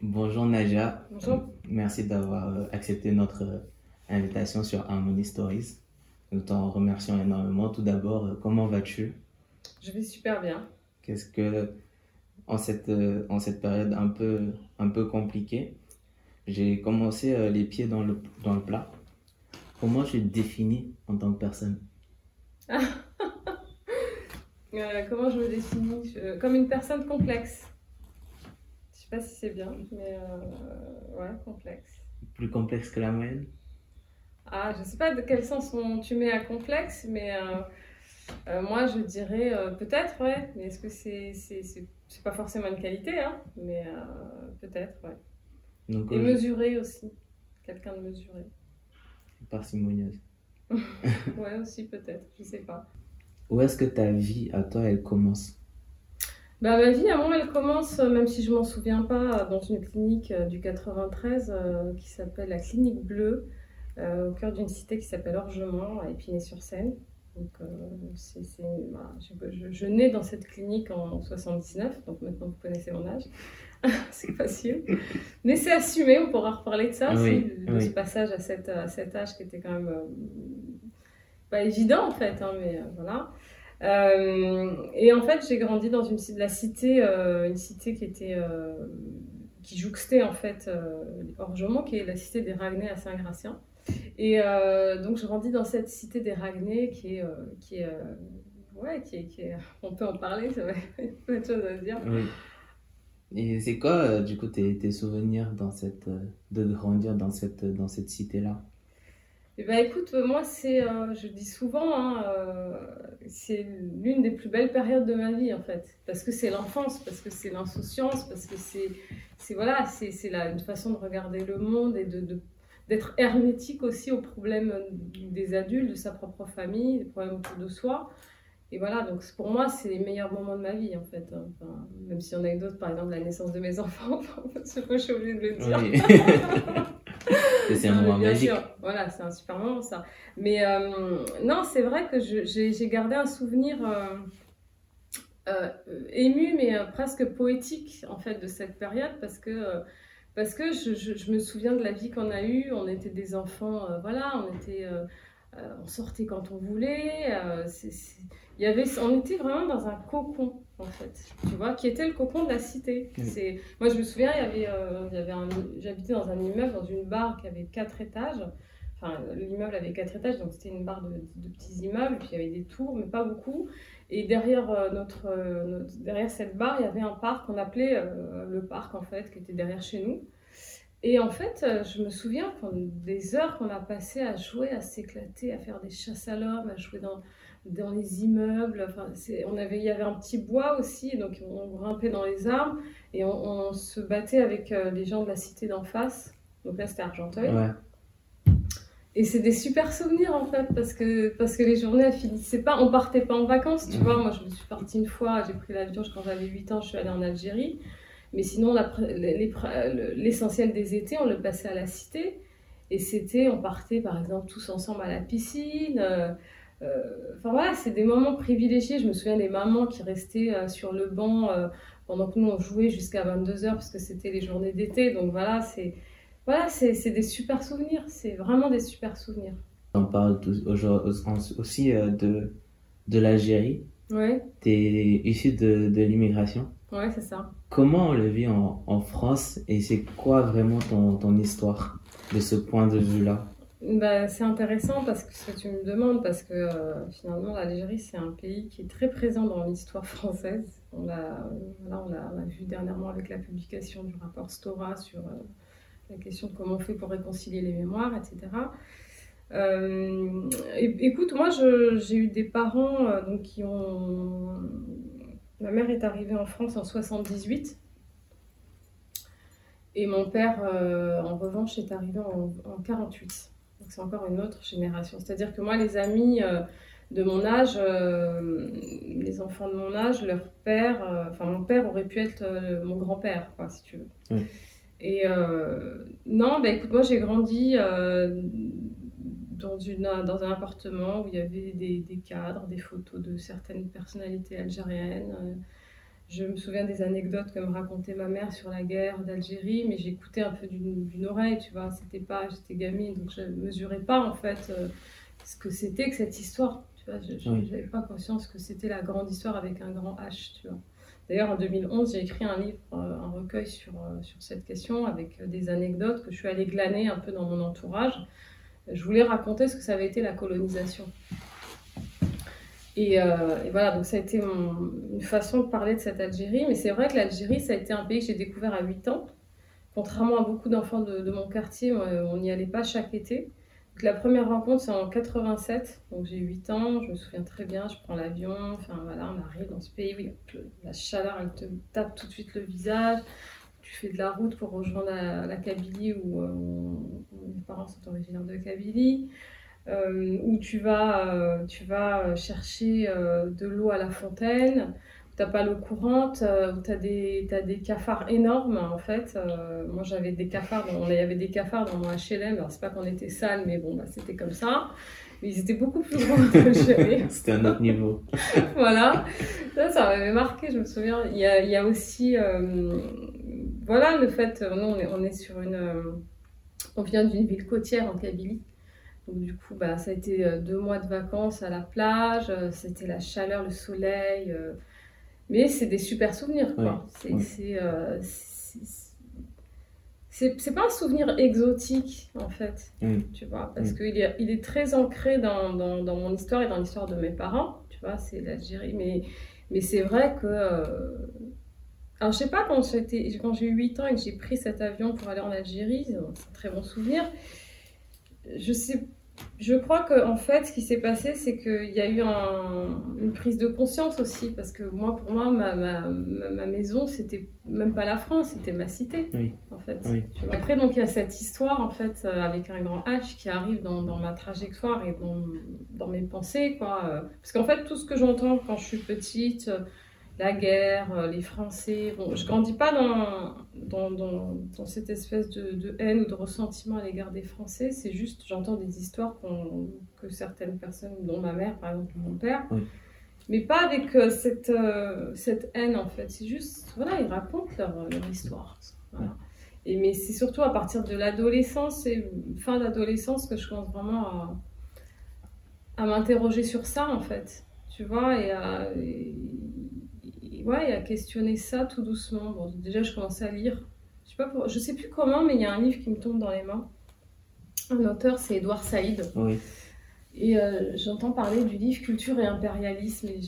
Bonjour Nadia. Bonjour. Merci d'avoir accepté notre invitation sur Harmony Stories. Nous t'en remercions énormément. Tout d'abord, comment vas-tu? Je vais super bien. Qu'est-ce que, en cette période un peu compliquée, j'ai commencé les pieds dans le plat. Comment tu te définis en tant que personne? Comment je me définis? Comme une personne complexe. Je sais pas si c'est bien, mais ouais, complexe. Plus complexe que la moyenne? Ah, je sais pas de quel sens tu mets à complexe, mais moi je dirais peut-être, ouais. Mais est-ce que c'est pas forcément une qualité, hein? Mais peut-être, ouais. Donc, Et mesuré aussi. Quelqu'un de mesuré. parcimonieuse. Ouais, aussi peut-être, je sais pas. Où est-ce que ta vie à toi, elle commence? Bah, ma vie, à moi, elle commence, même si je m'en souviens pas, dans une clinique du 93 qui s'appelle la Clinique Bleue, au cœur d'une cité qui s'appelle Orgemont, à Épinay-sur-Seine. Donc, voilà, je nais dans cette clinique en 79, donc maintenant vous connaissez mon âge. C'est facile. Mais c'est assumé, on pourra reparler de ça aussi, de ce passage à cet âge qui était quand même pas évident en fait, hein, mais voilà. Et en fait, j'ai grandi dans une cité qui jouxtait en fait Orgemont, qui est la cité des Raguenay à Saint-Gratien. Et donc, je grandis dans cette cité des Raguenay on peut en parler, ça va, il y a plein de choses à dire. Oui. Et c'est quoi, du coup, tes souvenirs de grandir dans cette cité-là? Eh ben, écoute, moi, je dis souvent, hein, c'est l'une des plus belles périodes de ma vie, en fait. Parce que c'est l'enfance, parce que c'est l'insouciance, parce que voilà, une façon de regarder le monde et d'être hermétique aussi aux problèmes des adultes, de sa propre famille, des problèmes autour de soi. Et voilà, donc pour moi, c'est les meilleurs moments de ma vie, en fait. Enfin, même s'il y en a eu d'autres, par exemple la naissance de mes enfants, parce que je suis obligée de le dire. Oui. C'est un moment magique. Sûr. Voilà, c'est un super moment, ça. Mais non, c'est vrai que j'ai gardé un souvenir ému, mais presque poétique, en fait, de cette période, parce que je me souviens de la vie qu'on a eue. On était des enfants, voilà, on sortait quand on voulait. On était vraiment dans un cocon, en fait, tu vois, qui était le cocon de la cité. Moi, je me souviens, j'habitais dans un immeuble, dans une barre qui avait 4 étages. Enfin, l'immeuble avait 4 étages, donc c'était une barre de petits immeubles. Puis il y avait des tours, mais pas beaucoup. Et derrière, derrière cette barre, il y avait un parc qu'on appelait le parc, en fait, qui était derrière chez nous. Et en fait, je me souviens des heures qu'on a passées à jouer, à s'éclater, à faire des chasses à l'homme, à jouer dans les immeubles. Enfin, il y avait un petit bois aussi, donc on grimpait dans les arbres et on se battait avec les gens de la cité d'en face. Donc là, c'était Argenteuil. Ouais. Et c'est des super souvenirs en fait, parce que les journées elles finissaient pas, on partait pas en vacances, tu vois. Moi, je me suis partie une fois, j'ai pris l'avion quand j'avais 8 ans, je suis allée en Algérie. Mais sinon, l'essentiel des étés, on le passait à la cité. Et on partait par exemple tous ensemble à la piscine. Enfin voilà, c'est des moments privilégiés. Je me souviens des mamans qui restaient sur le banc pendant que nous on jouait jusqu'à 22h parce que c'était les journées d'été. Donc voilà, c'est des super souvenirs. C'est vraiment des super souvenirs. On parle aussi de l'Algérie. Ouais. Tu es issu de l'immigration. Ouais, c'est ça. Comment on le vit en France et c'est quoi vraiment ton histoire de ce point de vue-là? Bah, c'est intéressant parce que ce que tu me demandes, parce que finalement l'Algérie c'est un pays qui est très présent dans l'histoire française. On l'a vu dernièrement avec la publication du rapport Stora sur la question de comment on fait pour réconcilier les mémoires, etc. Écoute, moi j'ai eu des parents qui ont... Ma mère est arrivée en France en 78 et mon père, en revanche, est arrivé en 48. Donc c'est encore une autre génération. C'est-à-dire que moi, les amis de mon âge, les enfants de mon âge, leur père, mon père aurait pu être mon grand-père, quoi, si tu veux. Oui. Et non, bah, écoute, moi j'ai grandi dans un appartement où il y avait des cadres, des photos de certaines personnalités algériennes. Je me souviens des anecdotes que me racontait ma mère sur la guerre d'Algérie, mais j'écoutais un peu d'une oreille, tu vois. J'étais gamine, donc je ne mesurais pas en fait ce que c'était que cette histoire. Tu vois, je n'avais pas conscience que c'était la grande histoire avec un grand H, tu vois. D'ailleurs, en 2011, j'ai écrit un livre, un recueil sur cette question avec des anecdotes que je suis allée glaner un peu dans mon entourage. Je voulais raconter ce que ça avait été la colonisation. Et voilà, donc ça a été une façon de parler de cette Algérie. Mais c'est vrai que l'Algérie, ça a été un pays que j'ai découvert à 8 ans. Contrairement à beaucoup d'enfants de mon quartier, on n'y allait pas chaque été. Donc la première rencontre, c'est en 87. Donc j'ai 8 ans, je me souviens très bien, je prends l'avion. Enfin voilà, on arrive dans ce pays où la chaleur, elle te tape tout de suite le visage. Tu fais de la route pour rejoindre la Kabylie, où mes parents sont originaires de Kabylie. Où tu vas chercher de l'eau à la fontaine, où tu n'as pas l'eau courante, où tu as des cafards énormes en fait. Moi j'avais des cafards, il y avait des cafards dans mon HLM, alors c'est pas qu'on était sales, mais bon, c'est comme ça. Mais ils étaient beaucoup plus grands que chez C'était un autre niveau. Voilà, ça m'avait marqué, je me souviens. Il y a aussi, voilà, le fait, nous on est sur on vient d'une ville côtière en Kabylie. Donc du coup, ça a été 2 mois de vacances à la plage, c'était la chaleur, le soleil, mais c'est des super souvenirs, quoi. C'est pas un souvenir exotique, en fait, tu vois, parce qu'il est très ancré dans mon histoire et dans l'histoire de mes parents, tu vois, c'est l'Algérie, mais c'est vrai que... Alors, je sais pas, quand j'ai eu 8 ans et que j'ai pris cet avion pour aller en Algérie, c'est un très bon souvenir. Je crois que en fait, ce qui s'est passé, c'est qu'il y a eu une prise de conscience aussi, parce que pour moi, ma maison, c'était même pas la France, c'était ma cité, en fait. Oui. Après, donc il y a cette histoire en fait avec un grand H qui arrive dans ma trajectoire et dans mes pensées, quoi. Parce qu'en fait, tout ce que j'entends quand je suis petite. La guerre, les Français. Bon, je grandis pas dans cette espèce de haine ou de ressentiment à l'égard des Français. C'est juste, j'entends des histoires que certaines personnes, dont ma mère, par exemple, mon père, mais pas avec cette haine, en fait. C'est juste, voilà, ils racontent leur histoire. Voilà. Mais c'est surtout à partir de l'adolescence et fin d'adolescence que je commence vraiment à m'interroger sur ça, en fait. Tu vois, et à questionner ça tout doucement. Bon, déjà, je commençais à lire. Je sais plus comment, mais il y a un livre qui me tombe dans les mains. Un auteur, c'est Édouard Saïd. Oui. Et j'entends parler du livre Culture et impérialisme. Et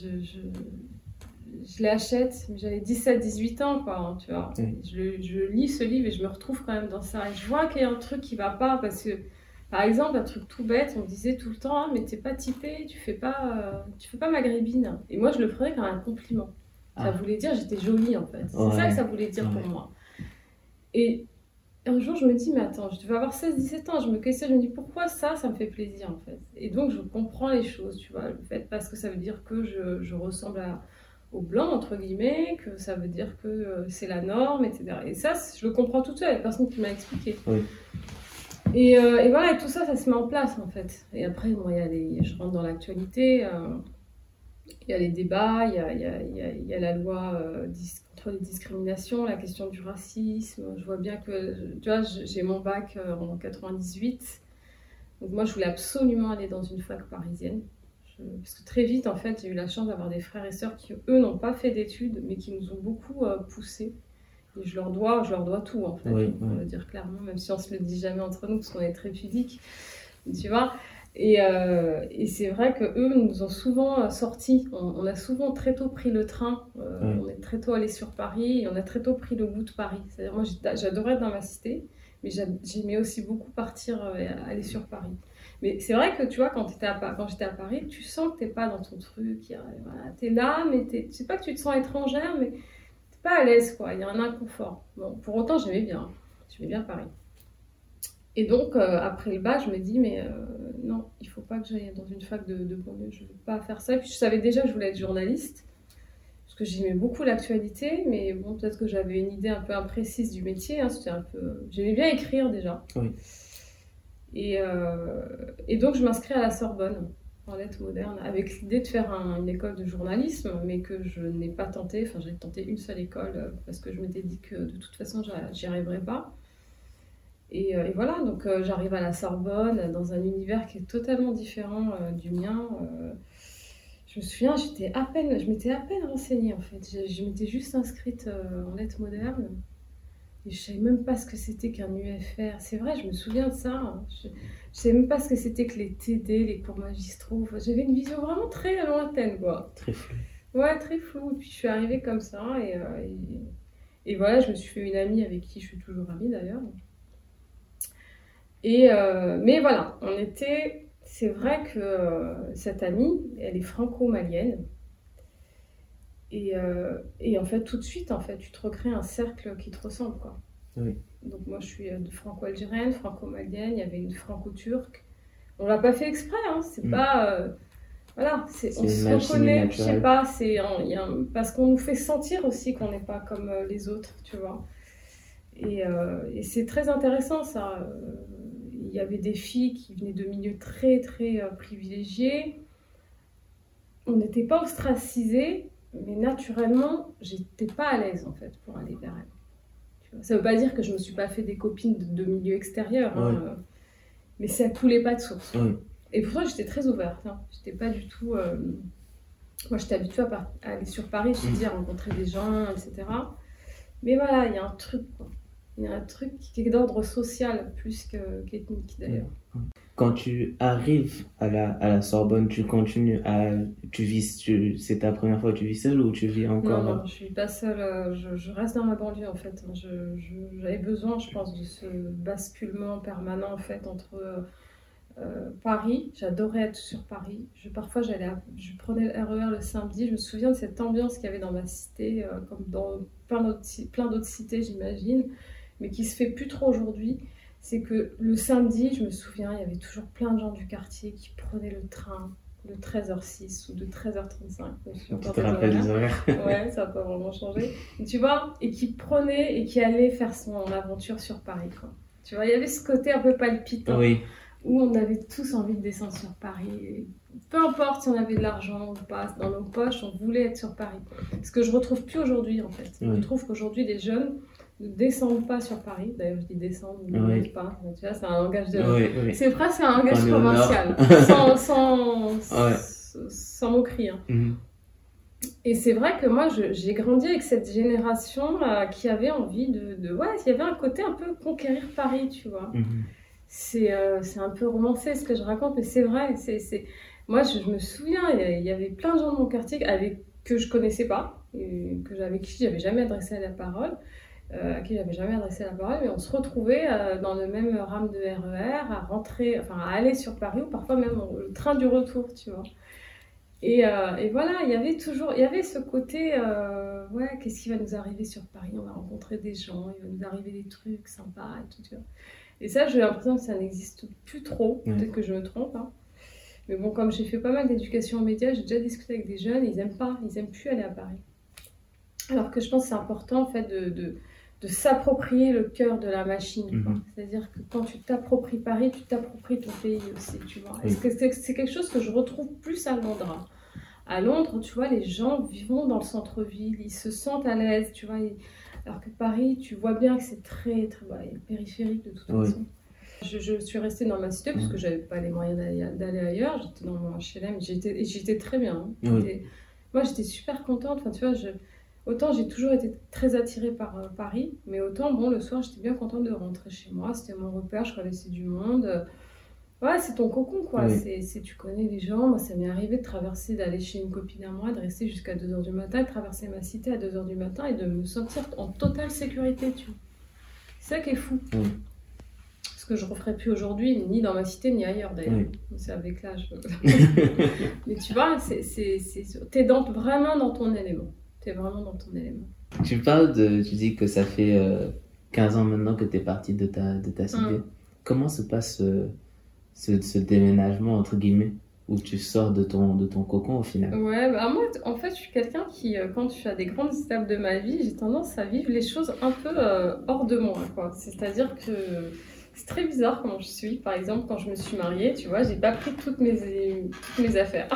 je l'achète. J'avais 17-18 ans, quoi, hein, tu vois. Oui. Je lis ce livre et je me retrouve quand même dans ça. Et je vois qu'il y a un truc qui va pas parce que, par exemple, un truc tout bête, on me disait tout le temps, ah, mais t'es pas typée, tu fais pas maghrébine. Et moi, je le prenais comme un compliment. Ça voulait dire j'étais jolie, en fait. C'est ça que ça voulait dire pour moi. Et un jour, je me dis, mais attends, je devais avoir 16-17 ans. Je me questionne, je me dis, pourquoi ça me fait plaisir, en fait. Et donc, je comprends les choses, tu vois. Le fait, parce que ça veut dire que je ressemble au blanc, entre guillemets, que ça veut dire que c'est la norme, etc. Et ça, je le comprends toute seule, il y a personne qui m'a expliqué. Oui. Et voilà, et tout ça, ça se met en place, en fait. Et après, moi, je rentre dans l'actualité. Il y a les débats, il y a la loi contre les discriminations, la question du racisme. Je vois bien que, tu vois, j'ai mon bac en 98. Donc moi, je voulais absolument aller dans une fac parisienne. Parce que très vite, en fait, j'ai eu la chance d'avoir des frères et sœurs qui, eux, n'ont pas fait d'études, mais qui nous ont beaucoup poussés. Et je leur dois tout, en fait, on va le dire clairement, même si on ne se le dit jamais entre nous, parce qu'on est très pudiques, tu vois. Et c'est vrai qu'eux nous ont souvent sortis. On a souvent très tôt pris le train. On est très tôt allé sur Paris et on a très tôt pris le goût de Paris. C'est-à-dire, moi, j'adorais être dans ma cité, mais j'aimais aussi beaucoup partir aller sur Paris. Mais c'est vrai que, tu vois, quand j'étais à Paris, tu sens que tu n'es pas dans ton truc. Voilà, tu es là, mais c'est pas que tu te sens étrangère, mais tu n'es pas à l'aise, quoi. Il y a un inconfort. Bon, pour autant, j'aimais bien Paris. Et donc, après le bac, je me dis, mais non, il ne faut pas que j'aille dans une fac de banlieue, je ne veux pas faire ça. Et puis, je savais déjà que je voulais être journaliste, parce que j'aimais beaucoup l'actualité, mais bon, peut-être que j'avais une idée un peu imprécise du métier. Hein, j'aimais bien écrire déjà. Oui. Et donc, je m'inscris à la Sorbonne. en lettres modernes, avec l'idée de faire une école de journalisme, mais que je n'ai pas tenté. Enfin, j'ai tenté une seule école parce que je m'étais dit que de toute façon, j'y arriverais pas. Et voilà, donc j'arrive à la Sorbonne, dans un univers qui est totalement différent du mien. Je me souviens, je m'étais à peine renseignée en fait. Je m'étais juste inscrite en lettres modernes. Et je savais même pas ce que c'était qu'un UFR. C'est vrai, je me souviens de ça. Hein. Je savais même pas ce que c'était que les TD, les cours magistraux. Enfin, j'avais une vision vraiment très lointaine, quoi. Très flou. Ouais, très floue. Et puis je suis arrivée comme ça. Et voilà, je me suis fait une amie avec qui je suis toujours amie d'ailleurs. Mais voilà, c'est vrai que cette amie, elle est franco-malienne. Et en fait, tout de suite, en fait, tu te recrées un cercle qui te ressemble, quoi. Oui. Donc moi, je suis franco-algérienne, franco-malienne, il y avait une franco-turque. On l'a pas fait exprès, hein, c'est pas... voilà, on se reconnaît, je sais pas, parce qu'on nous fait sentir aussi qu'on n'est pas comme les autres, tu vois. Et c'est très intéressant, ça. Il y avait des filles qui venaient de milieux très, très privilégiés. On n'était pas ostracisés, mais naturellement, j'étais pas à l'aise, en fait, pour aller vers elles. Tu vois, ça veut pas dire que je me suis pas fait des copines de milieux extérieurs, hein, mais ça coulait pas de source. Oui. Et pourtant, j'étais très ouverte. Hein. J'étais pas du tout... Moi, j'étais habituée à aller sur Paris, je te dis, à rencontrer des gens, etc. Mais voilà, il y a un truc, quoi. Il y a un truc qui est d'ordre social plus qu'ethnique d'ailleurs. Quand tu arrives à la Sorbonne, tu continues c'est ta première fois que tu vis seule ou tu vis encore? Non, je suis pas seule, je reste dans ma banlieue en fait. J'avais besoin, je pense, de ce basculement permanent en fait entre Paris. J'adorais être sur Paris. Parfois, je prenais le RER le samedi. Je me souviens de cette ambiance qu'il y avait dans ma cité, comme dans plein d'autres cités, j'imagine, mais qui se fait plus trop aujourd'hui. C'est que le samedi, je me souviens, il y avait toujours plein de gens du quartier qui prenaient le train de 13h06 ou de 13h35. Tu te rappelles les horaires? Ouais, ça n'a pas vraiment changé. Et tu vois, et qui prenaient et qui allaient faire son aventure sur Paris, quoi. Tu vois, il y avait ce côté un peu palpitant. Oui. Où on avait tous envie de descendre sur Paris. Et peu importe si on avait de l'argent ou pas dans nos poches, on voulait être sur Paris. Ce que je ne retrouve plus aujourd'hui, en fait. Je trouve qu'aujourd'hui, les jeunes ne descendent pas sur Paris. D'ailleurs, je dis descendre, ils ne montent pas. Tu vois, c'est un langage de... C'est presque un langage provincial. Sans moquerie. Hein. Et c'est vrai que moi, j'ai grandi avec cette génération qui avait envie ouais, il y avait un côté un peu conquérir Paris, tu vois. C'est un peu romancé ce que je raconte, mais c'est vrai. Moi, je me souviens, il y avait plein de gens de mon quartier que je connaissais pas, avec qui j'avais jamais adressé la parole, mais on se retrouvait dans le même rame de RER, à aller sur Paris, ou parfois même le train du retour, tu vois. Et voilà, il y avait ce côté, ouais, qu'est-ce qui va nous arriver sur Paris? On va rencontrer des gens, il va nous arriver des trucs sympas et tout, tu vois. Et ça, j'ai l'impression que ça n'existe plus trop. Peut-être que je me trompe. Hein. Mais bon, comme j'ai fait pas mal d'éducation aux médias, j'ai déjà discuté avec des jeunes, ils aiment plus aller à Paris. Alors que je pense que c'est important, en fait, de s'approprier le cœur de la machine. Quoi. C'est-à-dire que quand tu t'appropries Paris, tu t'appropries ton pays aussi, tu vois. Est-ce que c'est quelque chose que je retrouve plus à Londres. Hein. À Londres, tu vois, les gens vivent dans le centre-ville, ils se sentent à l'aise, tu vois. Alors que Paris, tu vois bien que c'est très, très périphérique de toute façon. Je suis restée dans ma cité parce que j'avais pas les moyens d'aller ailleurs. J'étais dans mon HLM et j'étais très bien. Hein. Moi, j'étais super contente. Enfin, tu vois, autant j'ai toujours été très attirée par Paris, mais autant, bon, le soir, j'étais bien contente de rentrer chez moi. C'était mon repère, je connaissais du monde. Ouais, c'est ton cocon, quoi. Tu connais les gens. Moi, ça m'est arrivé d'aller chez une copine à moi, de rester jusqu'à 2h du matin, de traverser ma cité à 2h du matin et de me sentir en totale sécurité, tu vois. C'est ça qui est fou. Ce que je ne referai plus aujourd'hui, ni dans ma cité, ni ailleurs, d'ailleurs. C'est avec l'âge. Mais tu vois, t'es vraiment dans ton élément. T'es vraiment dans ton élément. Tu dis que ça fait 15 ans maintenant que t'es partie de ta cité. Comment se passe ce déménagement, entre guillemets, où tu sors de ton cocon au final? Ouais, bah moi, en fait, je suis quelqu'un qui, quand je suis à des grandes étapes de ma vie, j'ai tendance à vivre les choses un peu hors de moi, quoi. C'est-à-dire que C'est très bizarre comment je suis. Par exemple, quand je me suis mariée, tu vois, j'ai pas pris toutes mes affaires.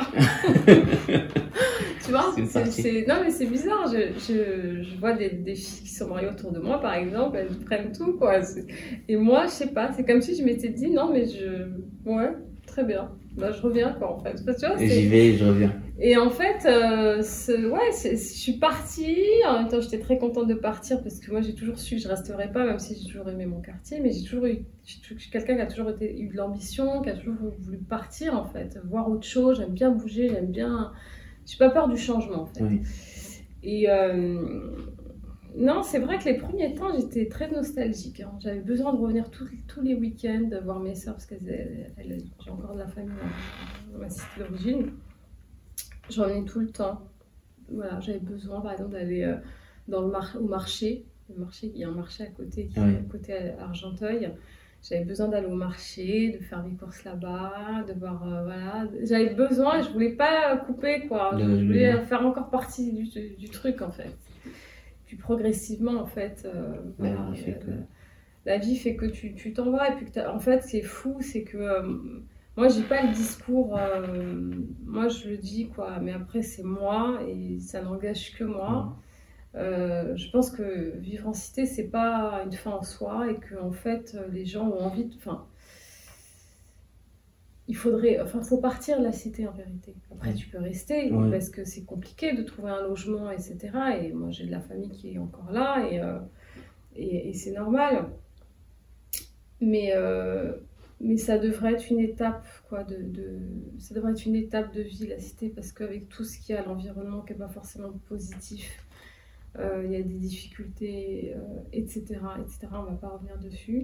Tu vois, non mais c'est bizarre. Je vois des filles qui sont mariées autour de moi, par exemple, elles prennent tout, quoi. Et moi, je sais pas, c'est comme si je m'étais dit, non mais ouais, très bien. Bah, je reviens, quoi, en fait. Parce que, tu vois, J'y vais et je reviens. Et en fait, je suis partie. En même temps, j'étais très contente de partir parce que moi, j'ai toujours su que je ne resterais pas, même si j'ai toujours aimé mon quartier. Mais je suis quelqu'un qui a toujours eu de l'ambition, qui a toujours voulu partir, en fait, voir autre chose. J'aime bien bouger, j'aime bien. Je n'ai pas peur du changement, en fait. Oui. Et non, c'est vrai que les premiers temps, j'étais très nostalgique. Hein. J'avais besoin de revenir tous les week-ends, voir mes sœurs, parce que j'ai encore de la famille dans ma cité d'origine. J'en ai tout le temps. Voilà, j'avais besoin, par exemple, d'aller au marché. Il y a un marché à côté, côté Argenteuil. J'avais besoin d'aller au marché, de faire des courses là-bas, de voir, voilà. J'avais besoin, je voulais pas couper, quoi. Je voulais faire encore partie du truc, en fait. Puis progressivement, en fait, la vie fait que tu t'en vas. Et puis en fait, ce qui est fou, c'est que moi, j'ai pas le discours, moi je le dis, quoi, mais après c'est moi et ça n'engage que moi. Je pense que vivre en cité, c'est pas une fin en soi et que en fait, les gens ont envie de... faut partir de la cité en vérité. Après, tu peux rester parce que c'est compliqué de trouver un logement, etc. Et moi, j'ai de la famille qui est encore là et c'est normal. Mais ça devrait être une étape, quoi, ça devrait être une étape de vie, la cité, parce qu'avec tout ce qu'il y a à l'environnement qui n'est pas forcément positif, il y a des difficultés, etc., etc. On ne va pas revenir dessus.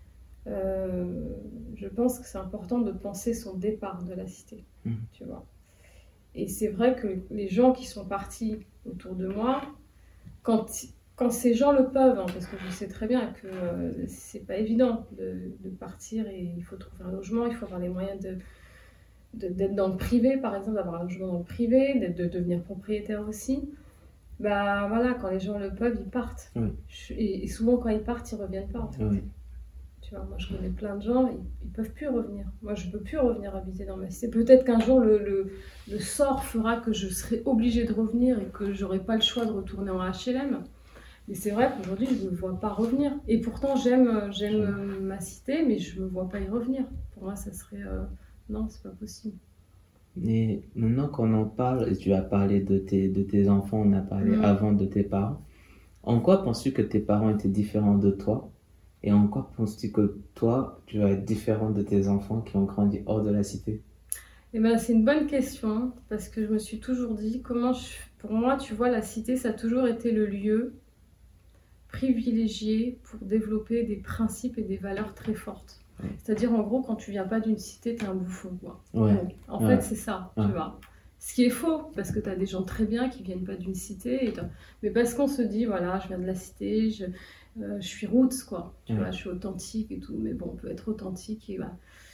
Je pense que c'est important de penser son départ de la cité, tu vois. Et c'est vrai que les gens qui sont partis autour de moi, quand ces gens le peuvent, hein, parce que je sais très bien que c'est pas évident de partir et il faut trouver un logement, il faut avoir les moyens d'être dans le privé, par exemple, d'avoir un logement dans le privé, de devenir propriétaire aussi. Bah voilà, quand les gens le peuvent, ils partent. Oui. Et souvent, quand ils partent, ils reviennent pas, en fait. Oui. Tu vois, moi, je connais plein de gens, ils peuvent plus revenir. Moi, je peux plus revenir habiter dans ma cité. Peut-être qu'un jour, le sort fera que je serai obligée de revenir et que j'aurai pas le choix de retourner en HLM. Mais c'est vrai qu'aujourd'hui, je ne me vois pas revenir. Et pourtant, j'aime ma cité, mais je ne me vois pas y revenir. Pour moi, ça serait... non, c'est pas possible. Et maintenant qu'on en parle, et tu as parlé de tes enfants, on a parlé avant de tes parents, en quoi penses-tu que tes parents étaient différents de toi? Et en quoi penses-tu que toi, tu vas être différent de tes enfants qui ont grandi hors de la cité? Eh ben, c'est une bonne question, parce que je me suis toujours dit, pour moi, tu vois, la cité, ça a toujours été le lieu privilégié pour développer des principes et des valeurs très fortes. Ouais. C'est-à-dire, en gros, quand tu viens pas d'une cité, t'es un bouffon, quoi. Ouais. Donc, en fait, c'est ça, tu vois. Ce qui est faux, parce que t'as des gens très bien qui viennent pas d'une cité, mais parce qu'on se dit, voilà, je viens de la cité, je suis roots, quoi. Tu vois, je suis authentique et tout, mais bon, on peut être authentique et voilà.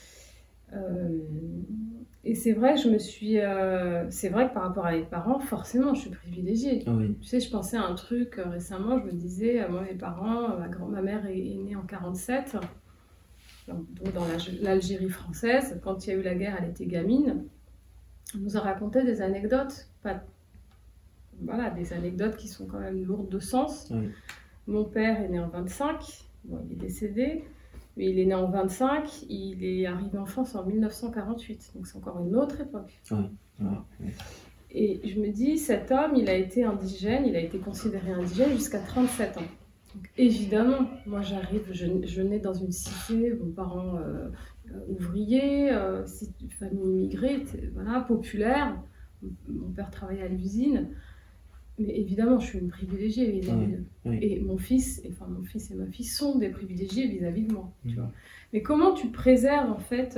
Et c'est vrai, c'est vrai que par rapport à mes parents, forcément, je suis privilégiée. Oui. Tu sais, je pensais à un truc récemment, je me disais, moi, mes parents, ma mère est née en 1947, donc dans l'Algérie française. Quand il y a eu la guerre, elle était gamine. Elle nous a raconté des anecdotes, des anecdotes qui sont quand même lourdes de sens. Oui. Mon père est né en 25, bon, il est décédé. Mais il est né en 25, il est arrivé en France en 1948, donc c'est encore une autre époque. Oui. Et je me dis, cet homme, il a été indigène, il a été considéré indigène jusqu'à 37 ans. Donc évidemment, moi je nais dans une cité, mes parents ouvriers, famille immigrée, voilà, populaire, mon père travaillait à l'usine. Mais évidemment, je suis une privilégiée vis-à-vis d'eux. Oui. Et mon fils et ma fille sont des privilégiés vis-à-vis de moi. Tu vois. Mais comment tu préserves en fait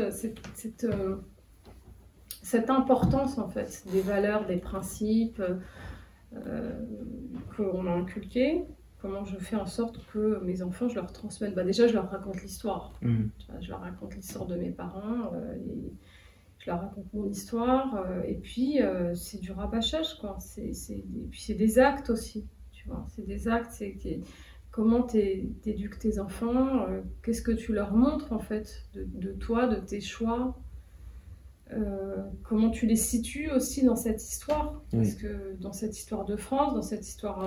cette importance en fait des valeurs, des principes qu'on a inculqués? Comment je fais en sorte que mes enfants, je leur transmette? Déjà, je leur raconte l'histoire. Tu vois, je leur raconte l'histoire de mes parents. Je leur raconte mon histoire, et puis c'est du rabâchage, quoi. Et puis c'est des actes aussi, tu vois. C'est des actes, comment t'éduques tes enfants, qu'est-ce que tu leur montres en fait de toi, de tes choix, comment tu les situes aussi dans cette histoire, parce que dans cette histoire de France, dans cette histoire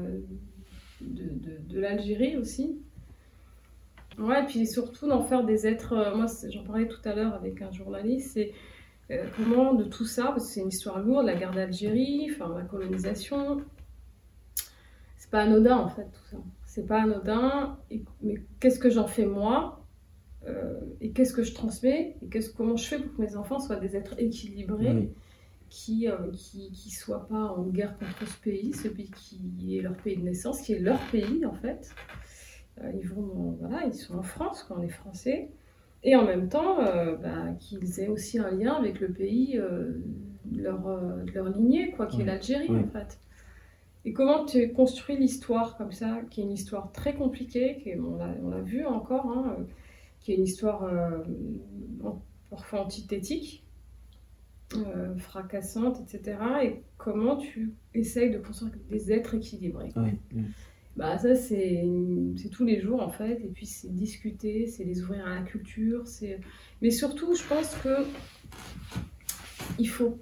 de l'Algérie aussi. Ouais, et puis surtout d'en faire des êtres, moi j'en parlais tout à l'heure avec un journaliste, c'est comment de tout ça, parce que c'est une histoire lourde, la guerre d'Algérie, enfin la colonisation, c'est pas anodin en fait tout ça. C'est pas anodin, mais qu'est-ce que j'en fais moi, et qu'est-ce que je transmets, et comment je fais pour que mes enfants soient des êtres équilibrés, qui soient pas en guerre contre ce pays qui est leur pays de naissance, qui est leur pays en fait. Ils sont en France, quand on est français, et en même temps qu'ils aient aussi un lien avec le pays de leur lignée, qui est l'Algérie en fait. Et comment tu construis l'histoire comme ça, qui est une histoire très compliquée, on l'a vu encore, qui est une histoire parfois antithétique, fracassante, etc. Et comment tu essayes de construire des êtres équilibrés. Ça, c'est tous les jours, en fait. Et puis, c'est discuter, c'est les ouvrir à la culture. Mais surtout, je pense que il faut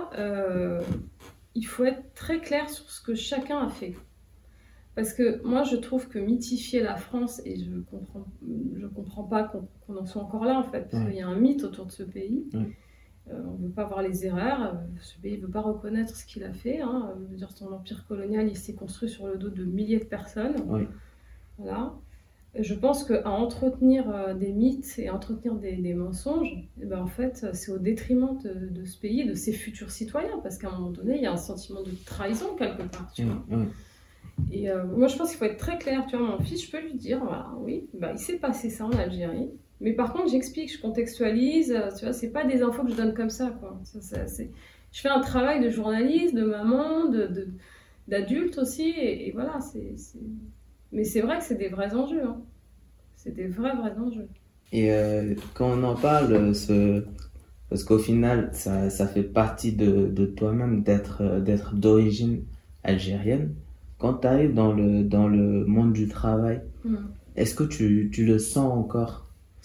être très clair sur ce que chacun a fait. Parce que moi, je trouve que mythifier la France, et je comprends pas qu'on en soit encore là, en fait. Parce qu'il y a un mythe autour de ce pays. On ne veut pas voir les erreurs, ce pays ne veut pas reconnaître ce qu'il a fait. Je veux dire, son empire colonial, il s'est construit sur le dos de milliers de personnes. Voilà. Et je pense qu'à entretenir des mythes et à entretenir des mensonges, en fait, c'est au détriment de ce pays, de ses futurs citoyens, parce qu'à un moment donné, il y a un sentiment de trahison quelque part. Tu vois. Et moi, je pense qu'il faut être très clair. Tu vois, mon fils, je peux lui dire, il s'est passé ça en Algérie. Mais par contre, j'explique, je contextualise, tu vois, c'est pas des infos que je donne comme ça, quoi. Je fais un travail de journaliste, de maman, d'adulte aussi, et voilà, Mais c'est vrai que c'est des vrais enjeux, C'est des vrais enjeux. Et quand on en parle, parce qu'au final, ça fait partie de toi-même d'être d'origine algérienne. Quand tu arrives dans le monde du travail, est-ce que tu le sens encore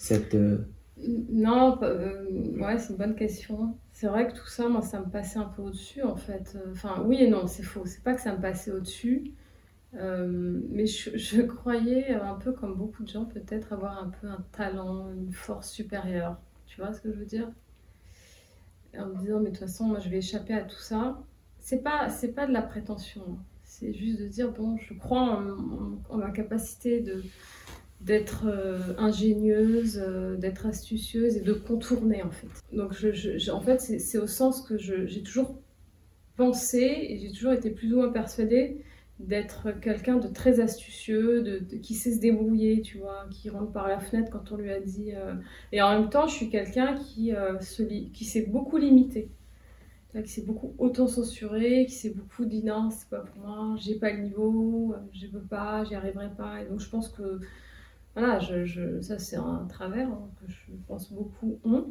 Non, c'est une bonne question. C'est vrai que tout ça, moi, ça me passait un peu au-dessus, en fait. Enfin, oui et non, c'est faux. C'est pas que ça me passait au-dessus, mais je croyais, un peu comme beaucoup de gens, peut-être avoir un peu un talent, une force supérieure. Tu vois ce que je veux dire? En me disant, mais de toute façon, moi, je vais échapper à tout ça. C'est pas de la prétention. C'est juste de dire, bon, je crois en ma capacité d'être ingénieuse, d'être astucieuse et de contourner en fait. Donc en fait c'est au sens que j'ai toujours pensé et j'ai toujours été plus ou moins persuadée d'être quelqu'un de très astucieux, qui sait se débrouiller, tu vois, qui rentre par la fenêtre quand on lui a dit... Et en même temps, je suis quelqu'un qui s'est beaucoup limité, qui s'est beaucoup auto-censuré, qui s'est beaucoup dit non, c'est pas pour moi, j'ai pas le niveau, je peux pas, j'y arriverai pas. Et donc je pense que voilà, ça c'est un travers que je pense beaucoup ont.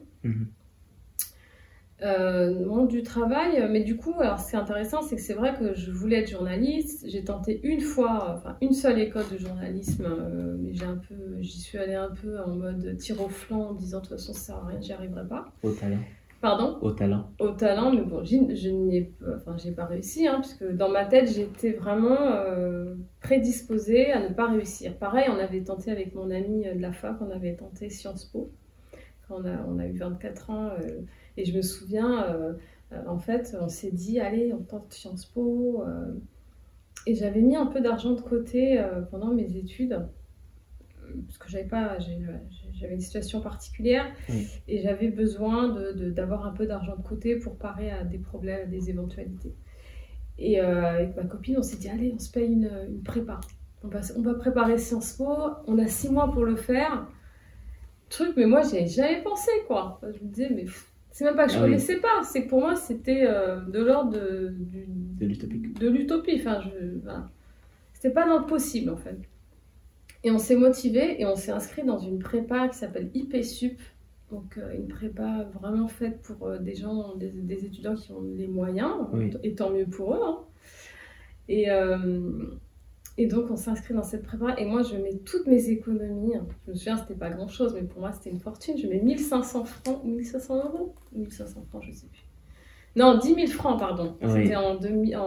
Le monde du travail, mais du coup, alors ce qui est intéressant, c'est que c'est vrai que je voulais être journaliste. J'ai tenté une seule école de journalisme, mais j'y suis allée un peu en mode tir au flanc en disant de toute façon ça sert à rien, j'y arriverai pas. Au talent. Pardon ? Au talent. Au talent, mais bon, j'ai pas réussi, parce que dans ma tête, j'étais vraiment prédisposée à ne pas réussir. Pareil, on avait tenté avec mon ami de la fac, on avait tenté Sciences Po, quand on a eu 24 ans, et je me souviens, en fait, on s'est dit, allez, on tente Sciences Po, et j'avais mis un peu d'argent de côté pendant mes études, parce que j'avais une situation particulière et j'avais besoin d'avoir un peu d'argent de côté pour parer à des problèmes, à des éventualités. Et avec ma copine, on s'est dit, allez, on se paye une prépa. On va préparer Sciences Po, on a 6 mois pour le faire. Mais moi, j'y avais jamais pensé, quoi. Je me disais, mais c'est même pas que je connaissais pas, c'est que pour moi, c'était de l'ordre de l'utopie. Enfin, voilà. C'était pas dans le possible, en fait. Et on s'est motivé et on s'est inscrit dans une prépa qui s'appelle IPSUP, donc une prépa vraiment faite pour des étudiants qui ont les moyens, et tant mieux pour eux. Et Et donc, on s'inscrit dans cette prépa. Et moi, je mets toutes mes économies. Je me souviens, c'était pas grand-chose, mais pour moi, c'était une fortune. Je mets 1500 francs, 1500 euros 1500 francs, je sais plus. Non, 10 000 francs, pardon. Oui. C'était en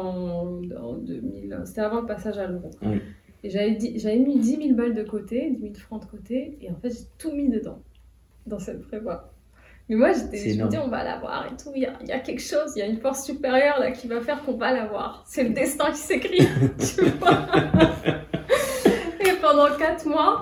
2000. C'était avant le passage à l'euro. Oui. Et j'avais mis 10 000 balles de côté, 10 000 francs de côté. Et en fait, j'ai tout mis dedans, dans cette prépa. Mais moi, je me dis, on va l'avoir et tout. Il y a quelque chose, il y a une force supérieure là qui va faire qu'on va l'avoir. C'est le destin qui s'écrit, tu vois. Et pendant 4 mois,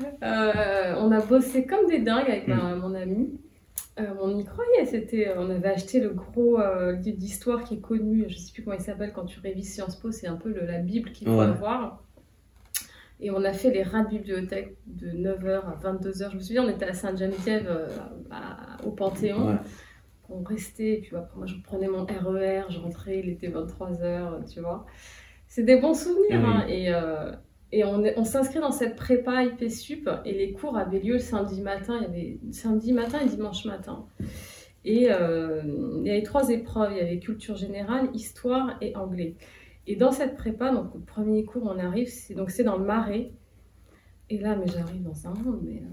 on a bossé comme des dingues avec mon ami. On y croyait. On avait acheté le gros livre d'histoire qui est connu. Je ne sais plus comment il s'appelle quand tu révises Sciences Po. C'est un peu la Bible qu'il faut avoir. Et on a fait les rats de bibliothèque de 9h à 22h. Je me souviens, on était à Sainte-Geneviève, au Panthéon. Ouais. On restait, puis après, moi, je prenais mon RER, je rentrais, il était 23h, tu vois. C'est des bons souvenirs. Oui. Et on s'inscrit dans cette prépa IP Sup, et les cours avaient lieu le samedi matin. Il y avait samedi matin et dimanche matin. Et il y avait 3 épreuves. Il y avait culture générale, histoire et anglais. Et dans cette prépa, donc au premier cours, on arrive, c'est dans le Marais. Et là, mais j'arrive dans un monde, mais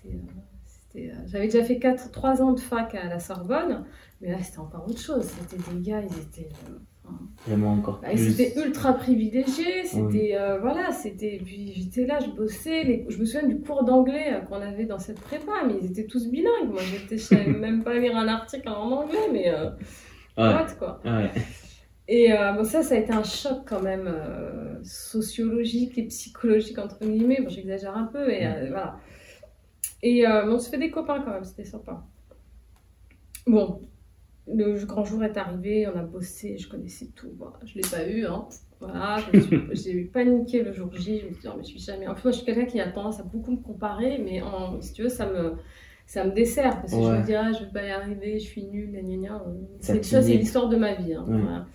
j'avais déjà fait 3 ans de fac à la Sorbonne, mais là, c'était encore autre chose. C'était des gars, ils étaient... vraiment encore plus. Ils étaient ultra privilégiés, c'était... Puis j'étais là, je bossais, je me souviens du cours d'anglais qu'on avait dans cette prépa, mais ils étaient tous bilingues. Moi, je savais même pas lire un article en anglais, mais... what, quoi. Ouais. Et ça a été un choc quand même sociologique et psychologique, entre guillemets. Bon, j'exagère un peu, mais voilà. Et on se fait des copains quand même, c'était sympa. Bon, le grand jour est arrivé, on a bossé, je connaissais tout. Bon, je ne l'ai pas eu, hein. Voilà, j'ai paniqué le jour J, je me suis dit, oh, mais je suis jamais... En fait, moi, je suis quelqu'un qui a tendance à beaucoup me comparer, mais si tu veux, ça me dessert, parce que je me dis, je ne vais pas y arriver, je suis nulle, gna. C'est l'histoire de ma vie. Hein, voilà.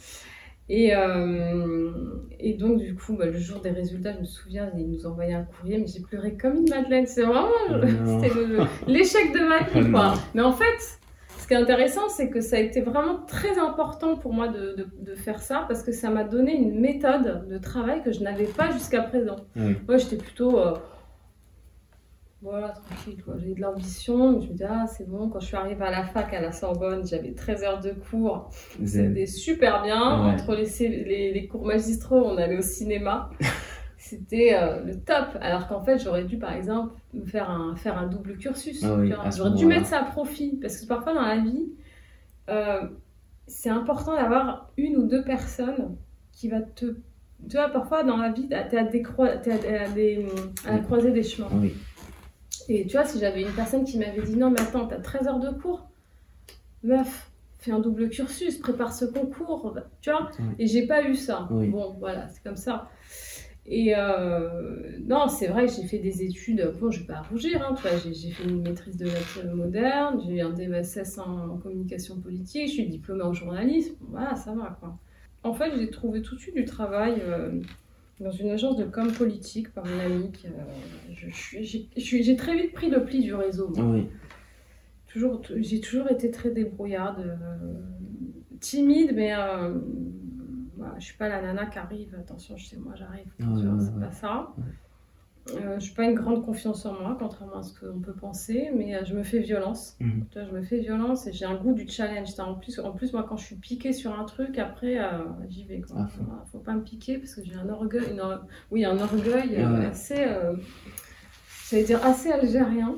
Et donc, du coup, le jour des résultats, je me souviens, ils nous envoyaient un courrier, mais j'ai pleuré comme une madeleine. C'est vraiment c'était l'échec de ma vie, quoi. Mais en fait, ce qui est intéressant, c'est que ça a été vraiment très important pour moi de faire ça, parce que ça m'a donné une méthode de travail que je n'avais pas jusqu'à présent. Moi, j'étais plutôt... voilà, tranquille, quoi. J'ai de l'ambition, mais je me dis, c'est bon. Quand je suis arrivée à la fac à la Sorbonne, j'avais 13 heures de cours. C'était super bien. Ouais. Entre les cours magistraux, on allait au cinéma. C'était le top. Alors qu'en fait, j'aurais dû, par exemple, faire un double cursus. J'aurais dû mettre ça à profit. Parce que parfois, dans la vie, c'est important d'avoir une ou deux personnes qui va te... Tu vois, parfois, dans la vie, t'es à la croisée des chemins. Oui. Et tu vois, si j'avais une personne qui m'avait dit « Non, mais attends, t'as 13 heures de cours. Meuf, fais un double cursus, prépare ce concours. » Tu vois, et j'ai pas eu ça. Oui. Bon, voilà, c'est comme ça. Et non, c'est vrai que j'ai fait des études. Bon, je vais pas rougir, hein, tu vois, j'ai fait une maîtrise de lettres modernes, j'ai eu un DESS en communication politique, je suis diplômée en journalisme. Voilà, ça va, quoi. En fait, j'ai trouvé tout de suite du travail... dans une agence de com politique par une amie. J'ai très vite pris le pli du réseau. Oui. J'ai toujours été très débrouillarde, timide, mais voilà, je ne suis pas la nana qui arrive. Attention, je sais, moi j'arrive. C'est pas ça. Je ne suis pas une grande confiance en moi, contrairement à ce qu'on peut penser, mais je me fais violence. Je me fais violence et j'ai un goût du challenge. En plus, moi, quand je suis piquée sur un truc, après, j'y vais. Il ne faut pas me piquer parce que j'ai un orgueil, assez, j'allais dire assez algérien.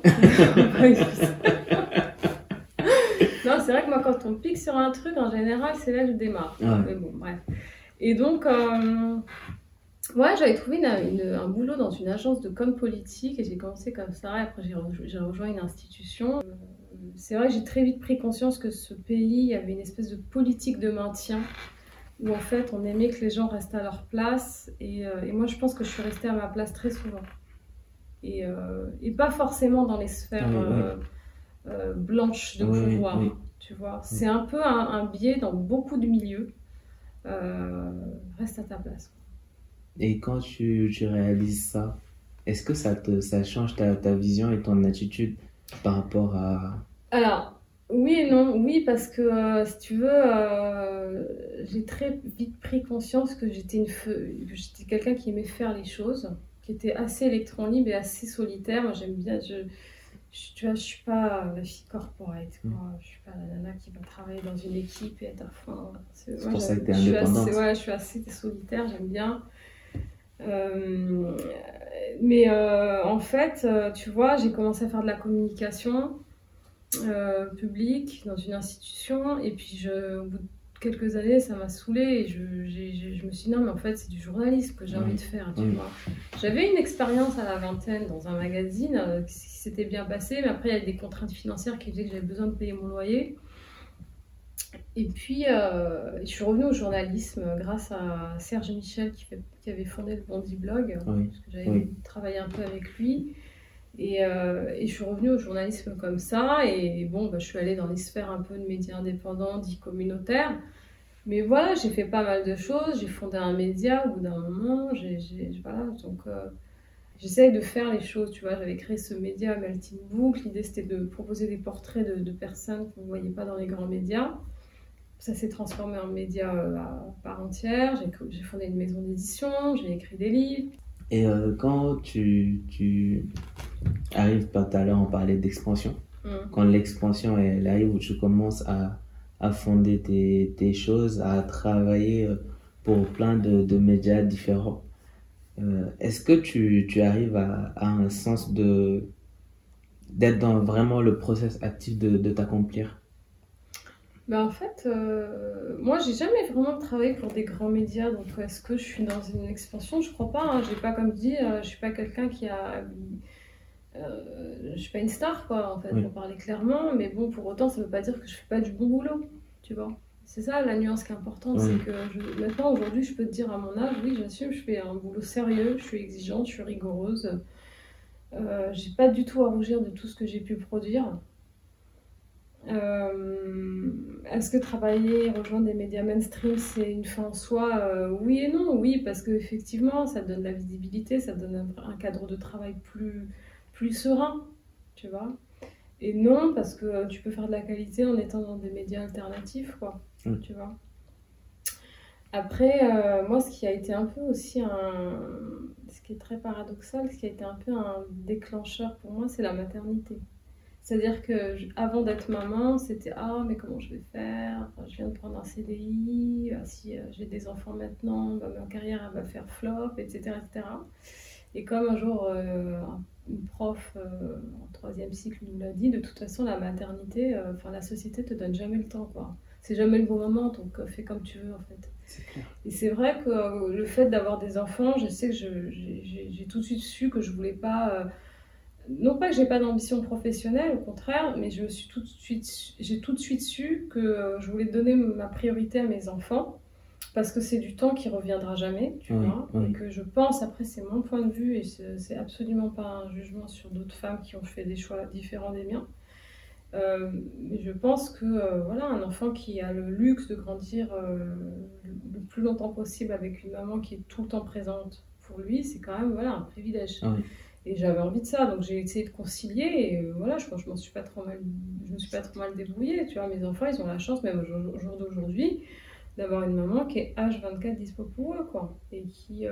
Non, c'est vrai que moi, quand on me pique sur un truc, en général, c'est là que je démarre. Mais bon, bref. Et donc... ouais, j'avais trouvé un boulot dans une agence de com politique et j'ai commencé comme ça. Et après, j'ai rejoint une institution. C'est vrai que j'ai très vite pris conscience que ce pays, il y avait une espèce de politique de maintien où en fait, on aimait que les gens restent à leur place. Et moi, je pense que je suis restée à ma place très souvent. Et pas forcément dans les sphères blanches de pouvoir, tu vois. C'est un peu un biais dans beaucoup de milieux. Reste à ta place. Et quand tu réalises ça, est-ce que ça change ta vision et ton attitude par rapport à... Alors, Oui et non. Oui, parce que si tu veux, j'ai très vite pris conscience que que j'étais quelqu'un qui aimait faire les choses, qui était assez électron libre et assez solitaire. Moi, j'aime bien. Tu vois, je suis pas la fille corporate, quoi. Je suis pas la nana qui va travailler dans une équipe et être à fond. C'est Moi, pour ça que tu es indépendante. je suis assez solitaire, j'aime bien. Mais en fait, tu vois, j'ai commencé à faire de la communication publique dans une institution, et puis au bout de quelques années, ça m'a saoulée, et je me suis dit non, mais en fait, c'est du journalisme que j'ai envie de faire, tu vois. J'avais une expérience à la vingtaine dans un magazine qui s'était bien passé, mais après, il y avait des contraintes financières qui faisaient que j'avais besoin de payer mon loyer. Et puis, je suis revenue au journalisme grâce à Serge Michel qui avait fondé le Bondi Blog, parce que j'avais travaillé un peu avec lui. Et je suis revenue au journalisme comme ça. Et bon, je suis allée dans les sphères un peu de médias indépendants, dits communautaires. Mais voilà, j'ai fait pas mal de choses. J'ai fondé un média au bout d'un moment. Voilà, donc j'essaye de faire les choses, tu vois. J'avais créé ce média Melting Book. L'idée, c'était de proposer des portraits de personnes qu'on ne voyait pas dans les grands médias. Ça s'est transformé en média à part entière. J'ai fondé une maison d'édition, j'ai écrit des livres. Et quand tu arrives, tout à l'heure on parlait d'expansion, quand l'expansion elle arrive où tu commences à fonder tes choses, à travailler pour plein de médias différents, est-ce que tu arrives à un sens d'être dans vraiment le process actif de t'accomplir? En fait, moi, j'ai jamais vraiment travaillé pour des grands médias, donc est-ce que je suis dans une expansion? Je crois pas, hein. J'ai pas, comme dit, je suis pas quelqu'un qui a... je suis pas une star, quoi, en fait, pour parler clairement, mais bon, pour autant, ça veut pas dire que je fais pas du bon boulot, tu vois. C'est ça la nuance qui est importante, c'est que maintenant, aujourd'hui, je peux te dire à mon âge, oui, j'assume, je fais un boulot sérieux, je suis exigeante, je suis rigoureuse, j'ai pas du tout à rougir de tout ce que j'ai pu produire. Est-ce que travailler, rejoindre des médias mainstream, c'est une fin en soi? Oui et non. Oui, parce qu'effectivement, ça donne de la visibilité, ça donne un cadre de travail plus serein, tu vois. Et non, parce que tu peux faire de la qualité en étant dans des médias alternatifs, quoi, tu vois. Après, moi, ce qui a été un peu aussi ce qui est très paradoxal, ce qui a été un peu un déclencheur pour moi, c'est la maternité. C'est-à-dire que avant d'être maman, c'était ah, mais comment je vais faire? Enfin, je viens de prendre un CDI, si j'ai des enfants maintenant, ma carrière elle va faire flop, etc., etc. Et comme un jour une prof en 3e cycle nous l'a dit, de toute façon la maternité, la société te donne jamais le temps, quoi. C'est jamais le bon moment, donc fais comme tu veux, en fait. C'est clair. Et c'est vrai que le fait d'avoir des enfants, je sais que j'ai tout de suite su que je voulais pas. Non pas que j'ai pas d'ambition professionnelle, au contraire, mais j'ai tout de suite su que je voulais donner ma priorité à mes enfants, parce que c'est du temps qui reviendra jamais, tu vois, et que je pense, après c'est mon point de vue, et c'est absolument pas un jugement sur d'autres femmes qui ont fait des choix différents des miens, mais je pense que voilà, un enfant qui a le luxe de grandir le plus longtemps possible avec une maman qui est tout le temps présente pour lui, c'est quand même voilà, un privilège. Et j'avais envie de ça, donc j'ai essayé de concilier, et voilà, je me suis pas trop mal débrouillée, tu vois. Mes enfants, ils ont la chance, même au jour d'aujourd'hui, d'avoir une maman qui est H24 dispo pour eux, quoi, et qui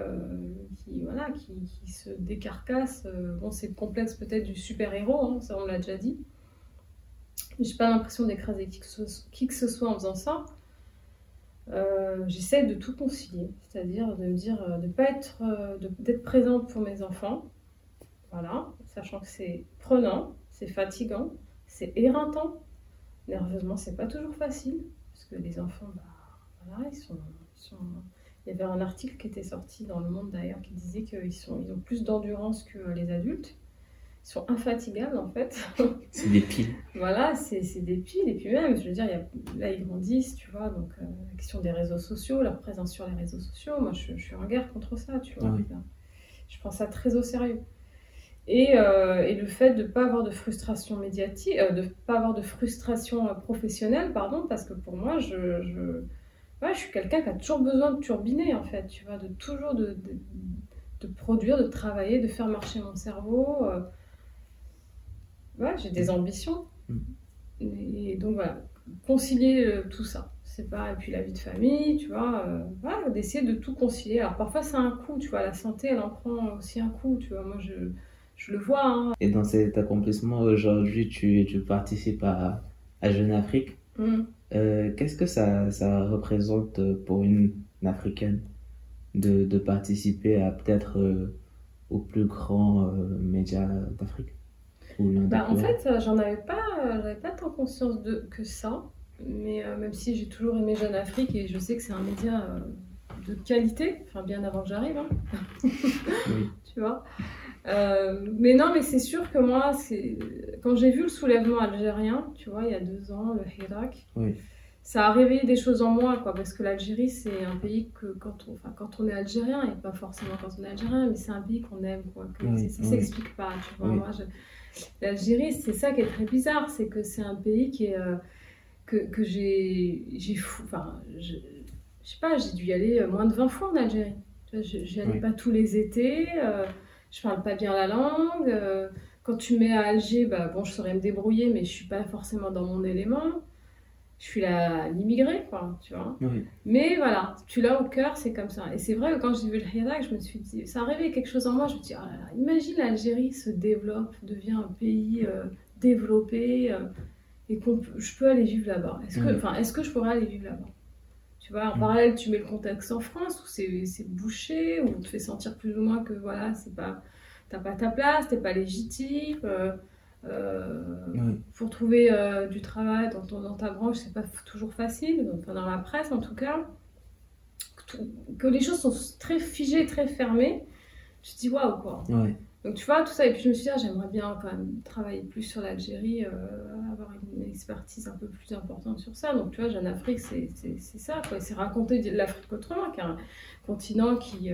se décarcasse. Bon, c'est le complexe peut-être du super-héros, hein, ça on l'a déjà dit. J'ai pas l'impression d'écraser qui que ce soit en faisant ça. J'essaie de tout concilier, c'est-à-dire de me dire d'être présente pour mes enfants. Voilà, sachant que c'est prenant, c'est fatigant, c'est éreintant. Nerveusement, c'est pas toujours facile, parce que les enfants, voilà, Il y avait un article qui était sorti dans Le Monde d'ailleurs qui disait qu'ils ont plus d'endurance que les adultes. Ils sont infatigables en fait. C'est des piles. Voilà, c'est des piles. Et puis même, je veux dire, là ils grandissent, tu vois, donc la question des réseaux sociaux, leur présence sur les réseaux sociaux, moi je suis en guerre contre ça, tu vois. Je prends ça très au sérieux. Et le fait de ne pas avoir de frustration médiatique, de ne pas avoir de frustration professionnelle, pardon, parce que pour moi, je suis quelqu'un qui a toujours besoin de turbiner, en fait, tu vois, de toujours de produire, de travailler, de faire marcher mon cerveau. J'ai des ambitions. Et donc voilà, concilier tout ça. C'est pas, et puis la vie de famille, tu vois, voilà, d'essayer de tout concilier. Alors parfois c'est un coup, tu vois, la santé elle en prend aussi un coup, tu vois, moi je le vois. Hein. Et dans cet accomplissement, aujourd'hui, tu participes à Jeune Afrique. Qu'est-ce que ça représente pour une Africaine de participer à peut-être au plus grand média d'Afrique ou l'un des Bah, en plus grands? fait, j'avais pas tant conscience que ça, mais même si j'ai toujours aimé Jeune Afrique et je sais que c'est un média de qualité, enfin bien avant que j'arrive, hein, Oui, tu vois. Mais non, mais c'est sûr que moi, quand j'ai vu le soulèvement algérien, tu vois, il y a 2 ans, le Hirak, oui, ça a réveillé des choses en moi, quoi, parce que l'Algérie, c'est un pays que quand on est algérien, et pas forcément quand on est algérien, mais c'est un pays qu'on aime, quoi, que oui, ça oui, s'explique pas, tu vois. oui, Moi, l'Algérie, c'est ça qui est très bizarre, c'est que c'est un pays qui est, que enfin, je sais pas, j'ai dû y aller moins de 20 fois en Algérie. Tu vois, j'y allais oui, pas tous les étés, je parle pas bien la langue. Quand tu me mets à Alger, bah, bon, je saurais me débrouiller, mais je suis pas forcément dans mon élément. Je suis l'immigrée, quoi, tu vois. oui, Mais voilà, tu l'as au cœur, c'est comme ça. Et c'est vrai que quand j'ai vu le Hirak, je me suis dit, ça a réveillé quelque chose en moi. Je me suis dit, oh là là, imagine l'Algérie se développe, devient un pays développé, et je peux aller vivre là-bas. oui, Est-ce que je pourrais aller vivre là-bas? Tu vois, en oui, parallèle, tu mets le contexte en France où c'est bouché, où on te fait sentir plus ou moins que voilà, t'as pas ta place, t'es pas légitime. oui, Pour trouver du travail dans ta branche, c'est pas toujours facile, enfin dans la presse en tout cas. Que les choses sont très figées, très fermées. Je me dis waouh quoi. oui, Donc tu vois, tout ça, et puis je me suis dit, j'aimerais bien quand même travailler plus sur l'Algérie, avoir une expertise un peu plus importante sur ça. Donc tu vois, Jeune Afrique, c'est ça, quoi. C'est raconter l'Afrique autrement, qui est un continent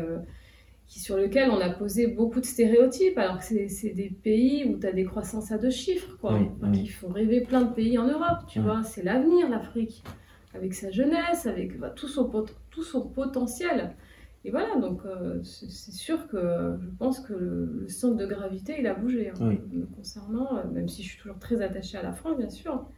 sur lequel on a posé beaucoup de stéréotypes, alors que c'est des pays où tu as des croissances à 2 chiffres, quoi. oui, Enfin, qui font rêver plein de pays en Europe, tu oui, vois. C'est l'avenir, l'Afrique, avec sa jeunesse, avec tout son potentiel. Et voilà, donc c'est sûr que je pense que le centre de gravité, il a bougé, hein, oui. me concernant, même si je suis toujours très attachée à la France, bien sûr.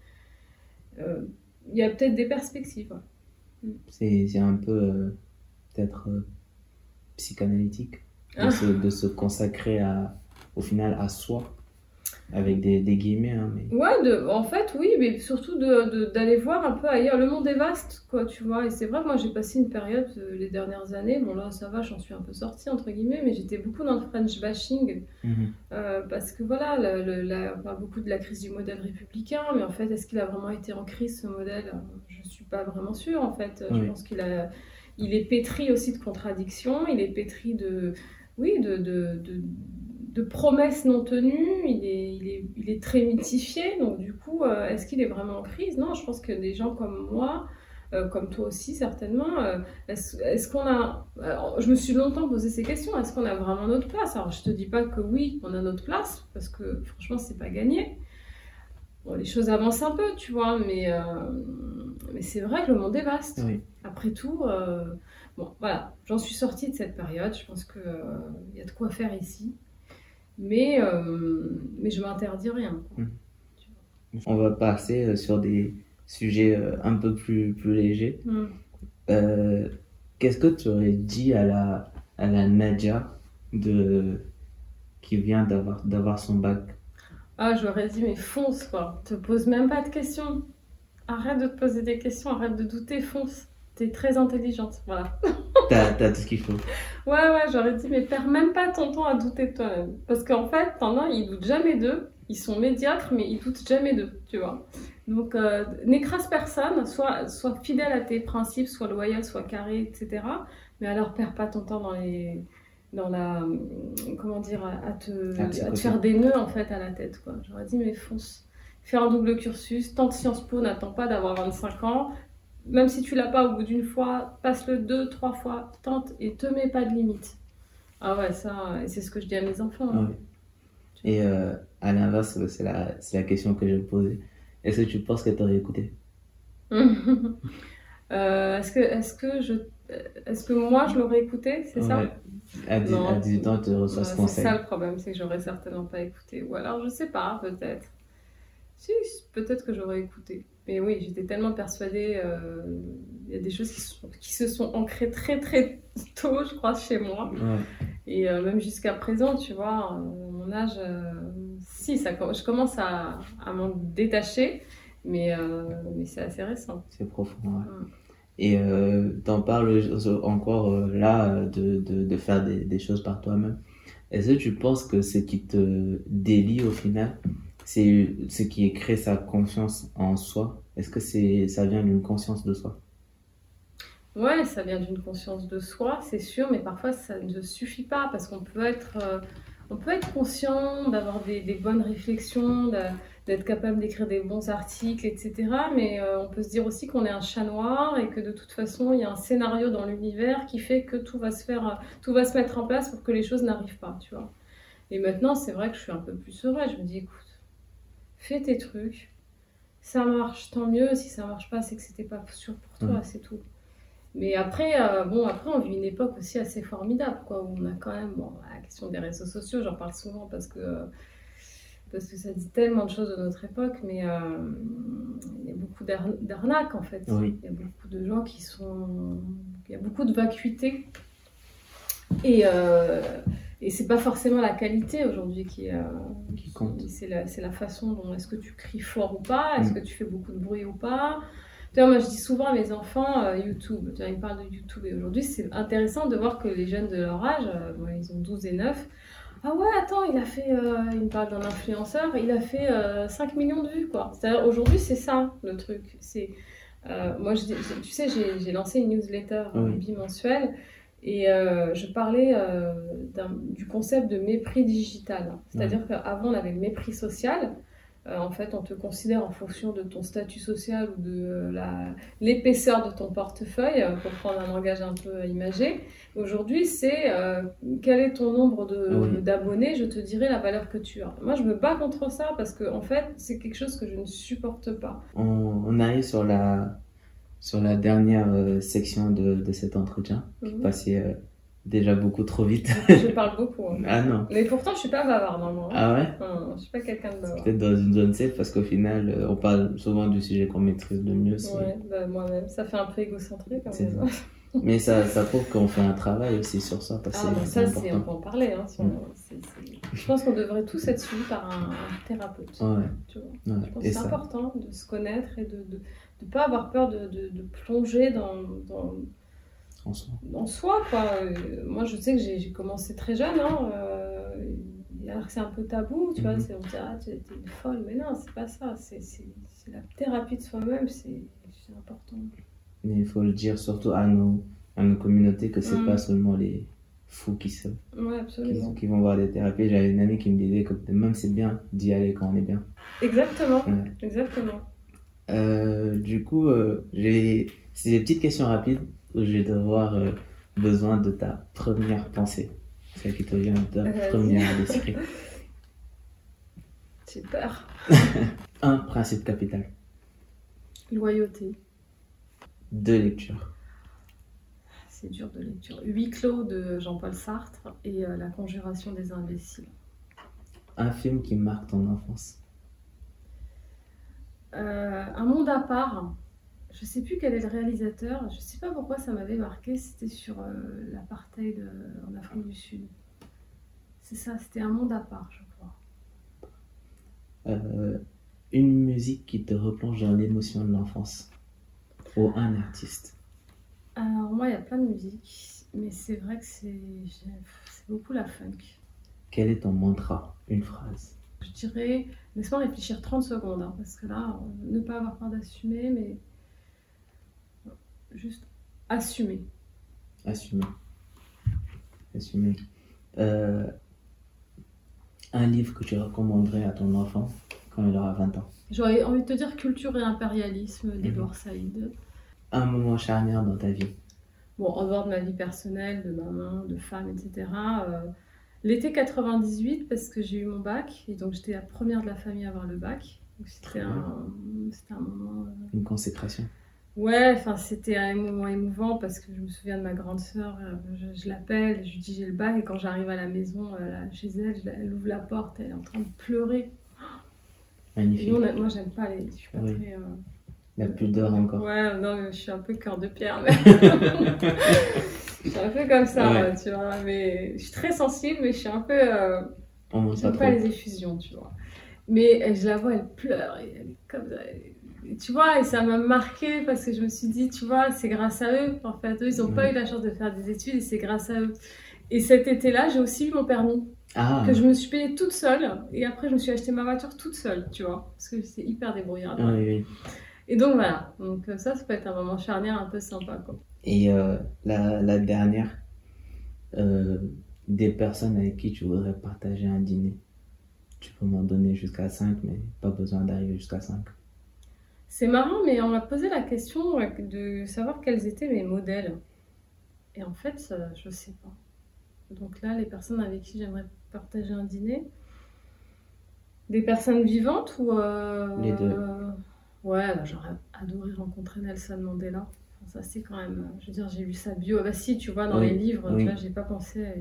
Il y a peut-être des perspectives. Ouais. C'est un peu peut-être psychanalytique de se consacrer au final à soi, avec des guillemets, hein, mais Ouais, en fait, oui, mais surtout d'aller voir un peu ailleurs. Le monde est vaste, quoi, tu vois. Et c'est vrai que moi, j'ai passé une période, les dernières années, bon là, ça va, j'en suis un peu sortie, entre guillemets, mais j'étais beaucoup dans le French bashing, parce que voilà, on parle beaucoup de la crise du modèle républicain, mais en fait, est-ce qu'il a vraiment été en crise, ce modèle? Je ne suis pas vraiment sûre, en fait. Je oui, pense il est pétri aussi de contradictions, il est pétri oui, de promesses non tenues, il est très mythifié, donc du coup, est-ce qu'il est vraiment en crise? Non, je pense que des gens comme moi, comme toi aussi certainement, est-ce qu'on a... Alors, je me suis longtemps posé ces questions, est-ce qu'on a vraiment notre place? Alors je te dis pas que oui, on a notre place, parce que franchement, c'est pas gagné. Bon, les choses avancent un peu, tu vois, mais c'est vrai que le monde est vaste. oui. Après tout, bon, voilà, j'en suis sortie de cette période, je pense qu'il y a de quoi faire ici. Mais je m'interdis rien. Quoi. On va passer sur des sujets un peu plus légers. Euh, Qu'est-ce que tu aurais dit à la Nadia qui vient d'avoir son bac? Ah, j'aurais dit, mais fonce, quoi. Te pose même pas de questions. Arrête de te poser des questions, arrête de douter, fonce. T'es très intelligente, voilà. T'as tout ce qu'il faut. Ouais, j'aurais dit, mais perds même pas ton temps à douter de toi-même. Parce qu'en fait, t'en as, ils doutent jamais d'eux. Ils sont médiocres, mais ils doutent jamais d'eux, tu vois. Donc, n'écrase personne, sois fidèle à tes principes, sois loyal, sois carré, etc. Mais alors, perds pas ton temps dans la, comment dire, à te faire des nœuds, en fait, à la tête, quoi. J'aurais dit, mais fonce. Fais un double cursus, tente Sciences Po, n'attends pas d'avoir 25 ans. Même si tu l'as pas au bout d'une fois, passe-le 2, 3 fois, tente et te mets pas de limite. Ah ouais, ça, c'est ce que je dis à mes enfants. Hein. Ouais. Et à l'inverse, c'est la question que je vais poser. Est-ce que tu penses qu'elle t'aurait écouté? Est-ce que moi je l'aurais écouté, c'est ça? À 18 ans, tu reçois ce conseil. C'est ça le problème, c'est que j'aurais certainement pas écouté. Ou alors, je sais pas, peut-être. Si, peut-être que j'aurais écouté. Mais oui, j'étais tellement persuadée. Il y a des choses qui se sont ancrées très très tôt, je crois, chez moi. Ouais. Et même jusqu'à présent, tu vois, à mon âge, si, je commence à m'en détacher, mais c'est assez récent. C'est profond, ouais. Ouais. Et t'en parles encore là de faire des choses par toi-même. Est-ce que tu penses que ce qui te délie au final, c'est ce qui crée sa confiance en soi? Est-ce que ça vient d'une conscience de soi? Ouais, ça vient d'une conscience de soi, c'est sûr, mais parfois ça ne suffit pas parce on peut être conscient, d'avoir des bonnes réflexions, d'être capable d'écrire des bons articles, etc. Mais on peut se dire aussi qu'on est un chat noir et que de toute façon, il y a un scénario dans l'univers qui fait que tout va se mettre en place pour que les choses n'arrivent pas, tu vois. Et maintenant, c'est vrai que je suis un peu plus sereine. Je me dis, écoute, fais tes trucs, ça marche, tant mieux. Si ça marche pas, c'est que c'était pas sûr pour toi, c'est tout. Mais après, après, on vit une époque aussi assez formidable, quoi, où on a quand même, la question des réseaux sociaux, j'en parle souvent parce que ça dit tellement de choses de notre époque, mais il y a beaucoup d'arnaques, en fait. Oui. Il y a beaucoup de gens il y a beaucoup de vacuité. Et c'est pas forcément la qualité aujourd'hui qui compte. C'est la façon dont est-ce que tu cries fort ou pas, est-ce que tu fais beaucoup de bruit ou pas. Tu vois, moi je dis souvent à mes enfants YouTube, tu vois, ils me parlent de YouTube et aujourd'hui c'est intéressant de voir que les jeunes de leur âge, ils ont 12 et 9, ah ouais attends il me parle d'un influenceur, il a fait 5 millions de vues quoi. C'est-à-dire aujourd'hui c'est ça le truc. Moi tu sais j'ai lancé une newsletter bimensuelle. Et je parlais du concept de mépris digital. C'est-à-dire qu'avant, on avait le mépris social. En fait, on te considère en fonction de ton statut social ou de l'épaisseur de ton portefeuille, pour prendre un langage un peu imagé. Aujourd'hui, c'est quel est ton nombre d'abonnés, je te dirai la valeur que tu as. Moi, je me bats contre ça parce que, en fait, c'est quelque chose que je ne supporte pas. On arrive sur la dernière section de cet entretien, qui passait déjà beaucoup trop vite. Je parle beaucoup. Hein. Ah non. Mais pourtant, je suis pas bavard normalement. Ah ouais? Non, je suis pas quelqu'un de bavard. Peut-être dans une zone safe, parce qu'au final, on parle souvent du sujet qu'on maîtrise le mieux. Ouais, moi-même. Ça fait un peu égocentrique. Quand même. Mais ça prouve qu'on fait un travail aussi sur ça. Parce que ça, on peut en parler. Hein, Je pense qu'on devrait tous être suivis par un thérapeute. Ouais. Tu vois. Ouais. Je pense que c'est important de se connaître et de ne pas avoir peur de plonger en soi, quoi. Moi, je sais que j'ai commencé très jeune, hein, alors que c'est un peu tabou, tu vois, on me dit, ah, tu es une folle, mais non, c'est pas ça, c'est la thérapie de soi-même, c'est important. Mais il faut le dire surtout à nos communautés que c'est pas seulement les fous qui vont voir des thérapies. J'avais une amie qui me disait que même c'est bien d'y aller quand on est bien. Exactement, exactement. Du coup, c'est des petites questions rapides où je vais avoir besoin de ta première pensée. Celle qui te vient de ta première à l'esprit. J'ai peur. Un principe capital. Loyauté. 2 lectures. C'est dur de lecture. Huis clos de Jean-Paul Sartre et La Conjuration des imbéciles. Un film qui marque ton enfance. Un monde à part. Je sais plus quel est le réalisateur. Je sais pas pourquoi ça m'avait marqué. C'était sur l'apartheid en Afrique du Sud. C'est ça, c'était Un monde à part, je crois. Une musique qui te replonge dans l'émotion de l'enfance. Ou un artiste. Alors moi, il y a plein de musiques, mais c'est vrai que c'est beaucoup la funk. Quel est ton mantra? Une phrase. Je dirais, laisse-moi réfléchir 30 secondes, hein, parce que là, ne pas avoir peur d'assumer, mais juste assumer. Assumer. Un livre que tu recommanderais à ton enfant quand il aura 20 ans. J'aurais envie de te dire Culture et impérialisme d'Edouard Saïd. Un moment charnière dans ta vie. Bon, en dehors de ma vie personnelle, de maman, de femme, etc. L'été 98, parce que j'ai eu mon bac, et donc j'étais la première de la famille à avoir le bac. Donc c'était un moment... Une consécration. Ouais, enfin c'était un moment émouvant parce que je me souviens de ma grande sœur, je l'appelle, je lui dis j'ai le bac, et quand j'arrive à la maison, chez elle, elle ouvre la porte, elle est en train de pleurer. Magnifique. Moi, j'aime pas les... Je suis pas très... La pudeur encore. Ouais, non, je suis un peu cœur de pierre. Mais... je suis un peu comme ça, tu vois. Mais je suis très sensible, mais je suis un peu... j'aime pas les effusions, tu vois. Mais je la vois, elle pleure, et elle est comme ça. Et tu vois, et ça m'a marqué parce que je me suis dit, tu vois, c'est grâce à eux. En fait, eux, ils n'ont pas eu la chance de faire des études et c'est grâce à eux. Et cet été-là, j'ai aussi eu mon permis. Que je me suis payée toute seule. Et après, je me suis acheté ma voiture toute seule, tu vois. Parce que c'est hyper débrouillard. Oui. Et donc voilà, donc ça peut être un moment charnière un peu sympa, quoi. Et la dernière, des personnes avec qui tu voudrais partager un dîner. Tu peux m'en donner jusqu'à 5, mais pas besoin d'arriver jusqu'à 5. C'est marrant, mais on m'a posé la question de savoir quels étaient mes modèles. Et en fait, je sais pas. Donc là, les personnes avec qui j'aimerais partager un dîner, des personnes vivantes ou... Les deux. Ouais, j'aurais adoré rencontrer Nelson Mandela. Enfin, ça, c'est quand même... Je veux dire, j'ai lu sa bio. Bah si, tu vois, dans les livres, tu vois, j'ai pas pensé à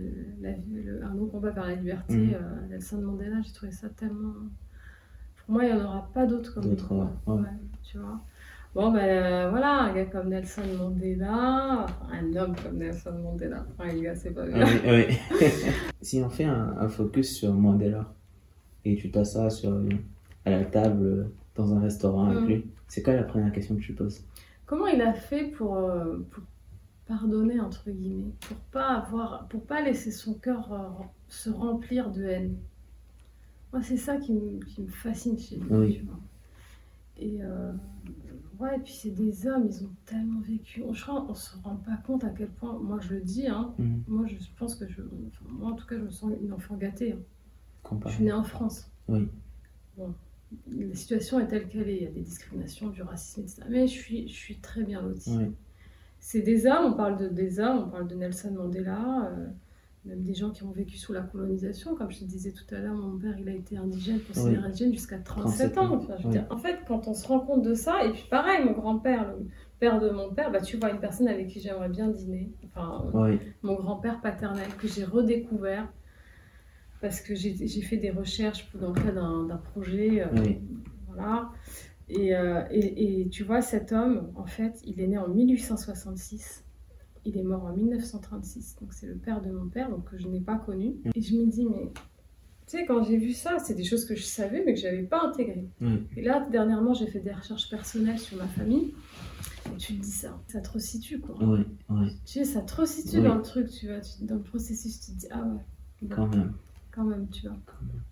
un long combat vers la liberté. Nelson Mandela, j'ai trouvé ça tellement... Pour moi, il n'y en aura pas d'autres comme lui. Ouais, tu vois. Bon, ben voilà, un gars comme Nelson Mandela, un homme comme Nelson Mandela. Enfin, les gars, c'est pas bien. Oui. Si on fait un focus sur Mandela et tu t'assois à la table dans un restaurant avec lui, c'est quoi la première question que tu poses? Comment il a fait pour pardonner, entre guillemets, pour pas laisser son cœur se remplir de haine? Moi, c'est ça qui me fascine chez lui, tu vois. Et et puis c'est des hommes, ils ont tellement vécu. Je crois qu'on se rend pas compte à quel point, moi je le dis, moi je pense que moi en tout cas je me sens une enfant gâtée. Je suis née en France. Oui. Bon, la situation est telle qu'elle est, il y a des discriminations, du racisme, etc. Mais je suis très bien lotie. Oui. C'est des hommes, on parle de Nelson Mandela, même des gens qui ont vécu sous la colonisation. Comme je te disais tout à l'heure, mon père, il a été indigène, considéré indigène jusqu'à 37 ans. Enfin, je veux dire, en fait, quand on se rend compte de ça, et puis pareil, mon grand-père, le père de mon père, tu vois, une personne avec qui j'aimerais bien dîner. Enfin, mon grand-père paternel, que j'ai redécouvert, parce que j'ai fait des recherches dans le cadre d'un projet. Voilà. Et tu vois, cet homme, en fait, il est né en 1866. Il est mort en 1936, donc c'est le père de mon père, donc que je n'ai pas connu. Et je me dis, mais tu sais, quand j'ai vu ça, c'est des choses que je savais, mais que je n'avais pas intégrées. Et là, dernièrement, j'ai fait des recherches personnelles sur ma famille, et tu te dis ça te resitue, quoi. Tu sais, ça te resitue dans le truc, tu vois, dans le processus, tu te dis, ah ouais. Bon, quand même, tu vois.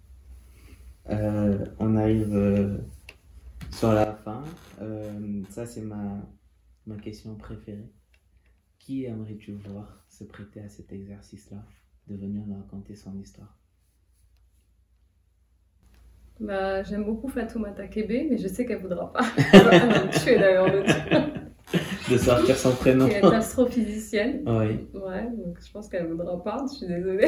On arrive sur la fin. Ça, c'est ma question préférée. Qui aimerais-tu voir se prêter à cet exercice-là, de venir nous raconter son histoire? J'aime beaucoup Fatoumata Kébé, mais je sais qu'elle ne voudra pas. Elle va me tuer d'ailleurs de sortir son prénom. Qui est astrophysicienne. Oui. Ouais, donc je pense qu'elle ne voudra pas, je suis désolée.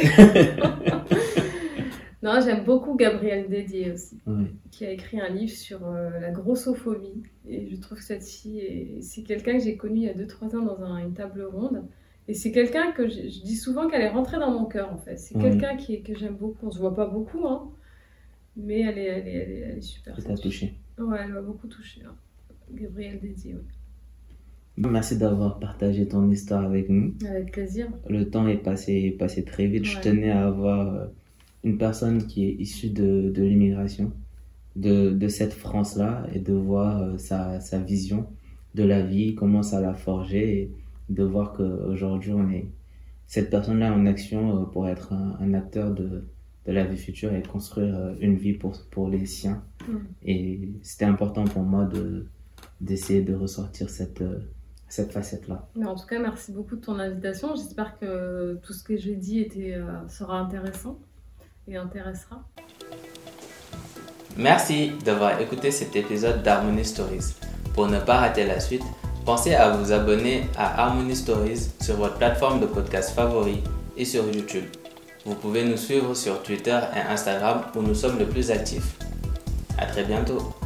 Non, j'aime beaucoup Gabrielle Dédier aussi, qui a écrit un livre sur la grossophobie. Et je trouve que cette fille, c'est quelqu'un que j'ai connu il y a 2-3 ans dans une table ronde. Et c'est quelqu'un que je dis souvent qu'elle est rentrée dans mon cœur, en fait. C'est quelqu'un que j'aime beaucoup. On ne se voit pas beaucoup, mais elle est super. Elle t'a touché. Ouais, elle m'a beaucoup touché. Gabrielle Dédier, Merci d'avoir partagé ton histoire avec nous. Avec plaisir. Le temps est passé très vite. Je tenais à avoir une personne qui est issue de l'immigration, de cette France-là, et de voir sa vision de la vie, comment ça l'a forgé, et de voir qu'aujourd'hui on est cette personne-là en action pour être un acteur de la vie future et construire une vie pour les siens. Et c'était important pour moi d'essayer de ressortir cette facette-là. Mais en tout cas, merci beaucoup de ton invitation. J'espère que tout ce que j'ai dit sera intéressant et intéressera. Merci d'avoir écouté cet épisode d'Harmony Stories. Pour ne pas rater la suite, pensez à vous abonner à Harmony Stories sur votre plateforme de podcast favori et sur YouTube. Vous pouvez nous suivre sur Twitter et Instagram où nous sommes le plus actifs. À très bientôt.